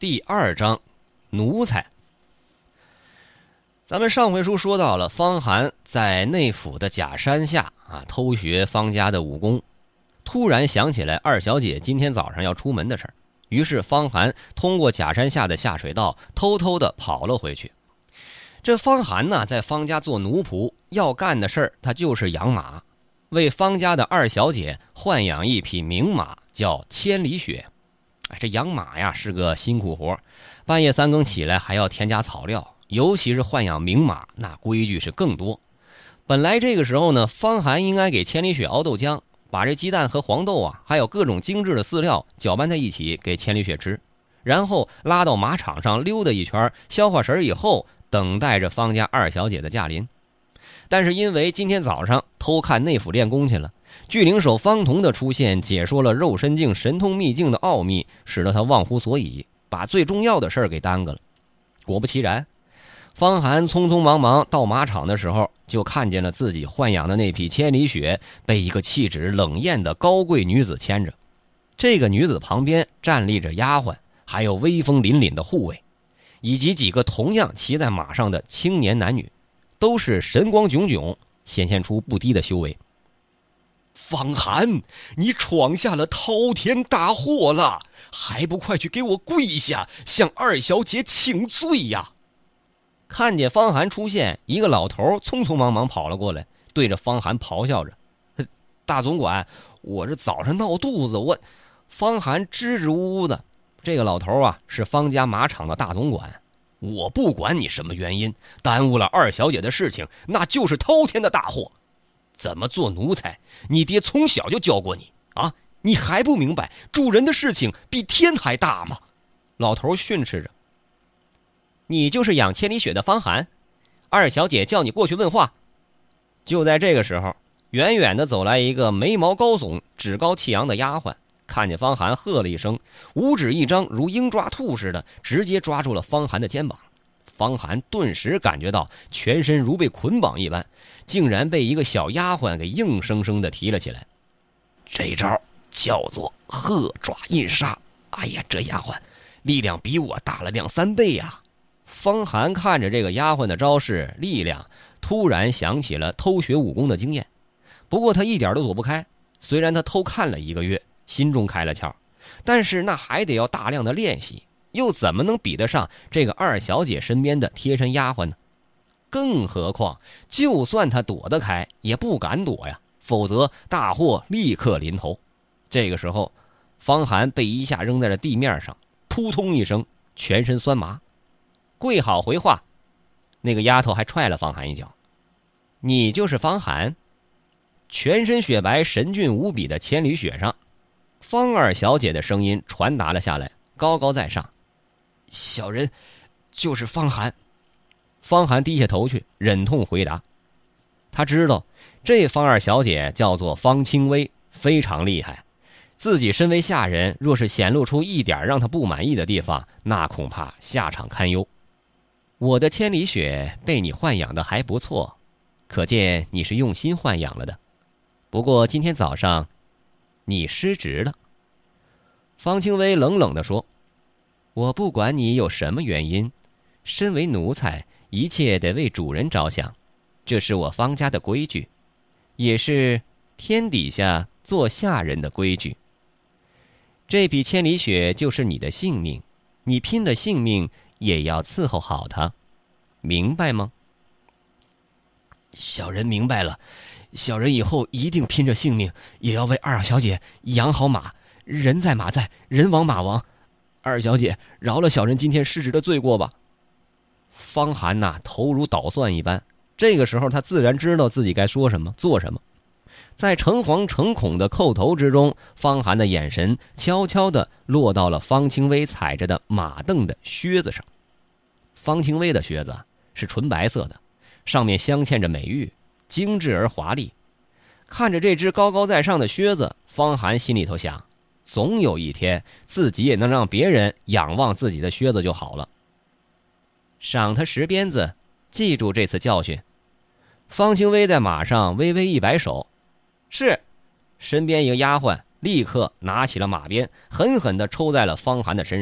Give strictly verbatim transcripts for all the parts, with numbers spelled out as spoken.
第二章，奴才。咱们上回书说到了，方涵在内府的假山下啊偷学方家的武功，突然想起来二小姐今天早上要出门的事儿，于是方涵通过假山下的下水道偷偷的跑了回去。这方涵呢，在方家做奴仆，要干的事儿他就是养马，为方家的二小姐豢养一匹名马，叫千里雪。这养马呀是个辛苦活，半夜三更起来还要添加草料，尤其是豢养名马，那规矩是更多。本来这个时候呢，方涵应该给千里雪熬豆浆，把这鸡蛋和黄豆啊，还有各种精致的饲料搅拌在一起给千里雪吃，然后拉到马场上溜达一圈，消化神以后，等待着方家二小姐的驾临。但是因为今天早上偷看内府练功去了，巨灵手方童的出现解说了肉身境神通秘境的奥秘，使得他忘乎所以，把最重要的事儿给耽搁了。果不其然，方涵匆匆忙忙到马场的时候，就看见了自己豢养的那匹千里雪被一个气质冷艳的高贵女子牵着。这个女子旁边站立着丫鬟，还有威风凛凛的护卫，以及几个同样骑在马上的青年男女，都是神光炯炯，显现出不低的修为。方涵，你闯下了滔天大祸了，还不快去给我跪下，向二小姐请罪呀！看见方涵出现，一个老头匆匆忙忙跑了过来，对着方涵咆哮着：“大总管，我这早上闹肚子，我……”方涵支支吾吾的。这个老头啊，是方家马场的大总管。我不管你什么原因，耽误了二小姐的事情，那就是滔天的大祸。怎么做奴才，你爹从小就教过你啊！你还不明白主人的事情比天还大吗？老头训斥着。你就是养千里雪的方涵，二小姐叫你过去问话。就在这个时候，远远的走来一个眉毛高耸、趾高气扬的丫鬟，看见方涵喝了一声，五指一张，如鹰抓兔似的，直接抓住了方涵的肩膀。方涵顿时感觉到全身如被捆绑一般，竟然被一个小丫鬟给硬生生的提了起来。这招叫做鹤爪印杀。哎呀，这丫鬟力量比我大了两三倍呀！方涵看着这个丫鬟的招式力量，突然想起了偷学武功的经验。不过他一点都躲不开，虽然他偷看了一个月，心中开了窍，但是那还得要大量的练习，又怎么能比得上这个二小姐身边的贴身丫鬟呢？更何况就算他躲得开，也不敢躲呀，否则大祸立刻临头。这个时候，方涵被一下扔在了地面上，扑通一声，全身酸麻。跪好回话。那个丫头还踹了方涵一脚。你就是方涵？全身雪白神俊无比的千里雪上，方二小姐的声音传达了下来，高高在上。小人就是方涵。方涵低下头去，忍痛回答。他知道这方二小姐叫做方清微，非常厉害，自己身为下人，若是显露出一点让他不满意的地方，那恐怕下场堪忧。我的千里雪被你豢养的还不错，可见你是用心豢养了的。不过今天早上你失职了。方清微冷冷地说，我不管你有什么原因，身为奴才，一切得为主人着想，这是我方家的规矩，也是天底下做下人的规矩。这匹千里雪就是你的性命，你拼了性命也要伺候好它，明白吗？小人明白了，小人以后一定拼着性命，也要为二小姐养好马，人在马在，人亡马亡。二小姐，饶了小人今天失职的罪过吧。方涵呐、啊，头如捣蒜一般，这个时候他自然知道自己该说什么做什么。在诚惶诚恐的叩头之中，方涵的眼神悄悄地落到了方清微踩着的马镫的靴子上。方清微的靴子是纯白色的，上面镶嵌着美玉，精致而华丽。看着这只高高在上的靴子，方涵心里头想，总有一天自己也能让别人仰望自己的靴子就好了。赏他十鞭子，记住这次教训。方清微在马上微微一摆手，是。身边一个丫鬟立刻拿起了马鞭，狠狠地抽在了方涵的身上，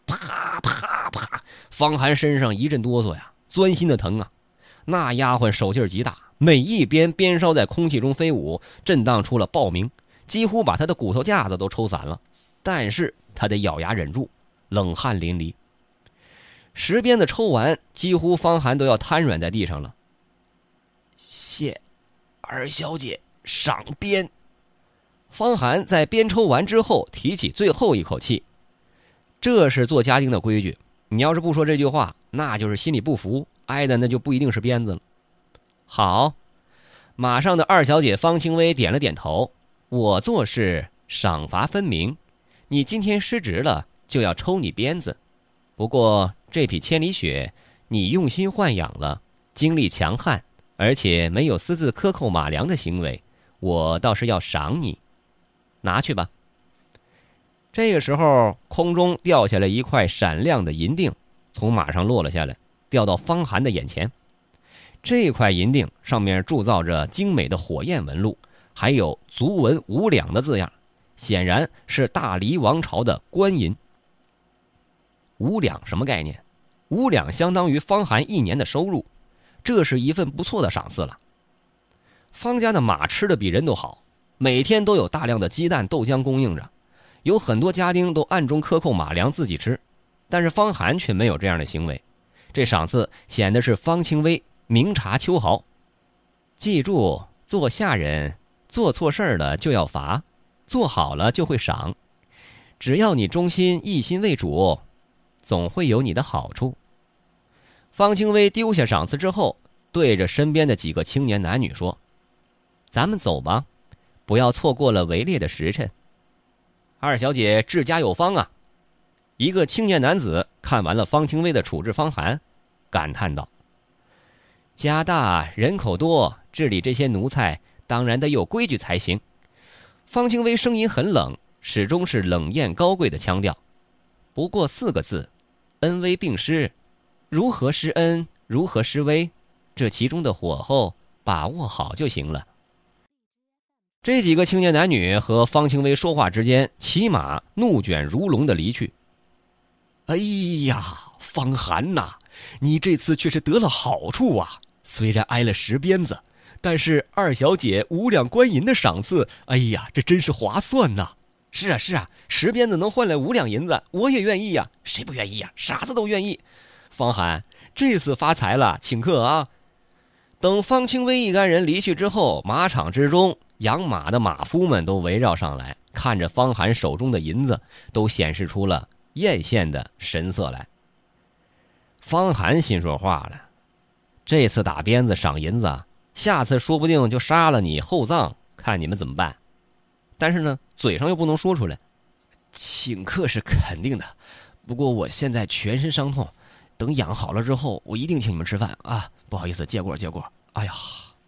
啪啪啪，方寒身上一阵哆嗦呀，钻心的疼啊！那丫鬟手劲极大，每一边鞭梢在空气中飞舞，震荡出了爆鸣，几乎把他的骨头架子都抽散了。但是他得咬牙忍住，冷汗淋漓。十鞭子抽完，几乎方寒都要瘫软在地上了。谢二小姐上鞭。方寒在鞭抽完之后提起最后一口气，这是做家丁的规矩，你要是不说这句话，那就是心里不服，挨的那就不一定是鞭子了。好，马上的二小姐方清微点了点头，我做事赏罚分明，你今天失职了就要抽你鞭子，不过这匹千里雪你用心豢养了，精力强悍，而且没有私自克扣马粮的行为，我倒是要赏你，拿去吧。这个时候空中掉下来一块闪亮的银锭，从马上落了下来，掉到方寒的眼前。这块银锭上面铸造着精美的火焰纹路，还有足文五两的字样，显然是大黎王朝的官银。五两什么概念？五两相当于方寒一年的收入，这是一份不错的赏赐了。方家的马吃的比人都好，每天都有大量的鸡蛋豆浆供应着，有很多家丁都暗中克扣马粮自己吃，但是方寒却没有这样的行为。这赏赐显得是方清微明察秋毫。记住，做下人做错事了就要罚，做好了就会赏，只要你忠心一心为主，总会有你的好处。方清微丢下赏赐之后，对着身边的几个青年男女说，咱们走吧，不要错过了围猎的时辰。二小姐治家有方啊。一个青年男子看完了方清微的处置方函，感叹道，家大人口多，治理这些奴才当然得有规矩才行。方清微声音很冷，始终是冷艳高贵的腔调，不过四个字，恩威并施，如何施恩，如何施威，这其中的火候把握好就行了。这几个青年男女和方清微说话之间，骑马怒卷如龙的离去。哎呀，方寒呐，你这次却是得了好处啊！虽然挨了十鞭子，但是二小姐五两官银的赏赐，哎呀，这真是划算呐！是啊是啊，十鞭子能换来五两银子，我也愿意呀，谁不愿意呀？傻子都愿意。方寒，这次发财了，请客啊！等方清微一干人离去之后，马场之中养马的马夫们都围绕上来，看着方寒手中的银子，都显示出了艳羡的神色来。方寒心说话了，这次打鞭子赏银子，下次说不定就杀了你厚葬，看你们怎么办。但是呢，嘴上又不能说出来。请客是肯定的，不过我现在全身伤痛，等养好了之后，我一定请你们吃饭啊！不好意思，借过借过。哎呀，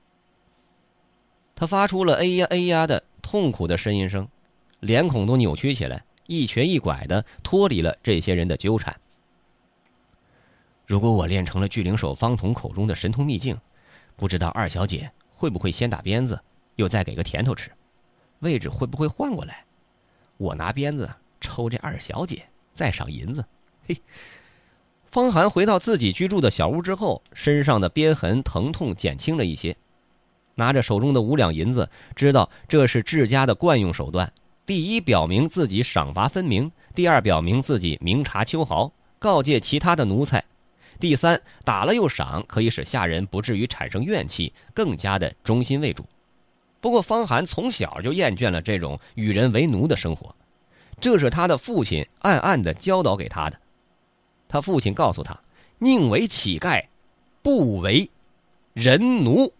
他发出了哎呀哎呀的痛苦的呻吟声，脸孔都扭曲起来，一瘸一拐的脱离了这些人的纠缠。如果我练成了巨灵手方童口中的神通秘境，不知道二小姐会不会先打鞭子，又再给个甜头吃，位置会不会换过来？我拿鞭子抽这二小姐，再赏银子。嘿，方寒回到自己居住的小屋之后，身上的鞭痕疼痛减轻了一些，拿着手中的五两银子，知道这是治家的惯用手段。第一，表明自己赏罚分明；第二，表明自己明察秋毫，告诫其他的奴才；第三，打了又赏，可以使下人不至于产生怨气，更加的忠心为主。不过方寒从小就厌倦了这种与人为奴的生活，这是他的父亲暗暗地教导给他的。他父亲告诉他，宁为乞丐，不为人奴。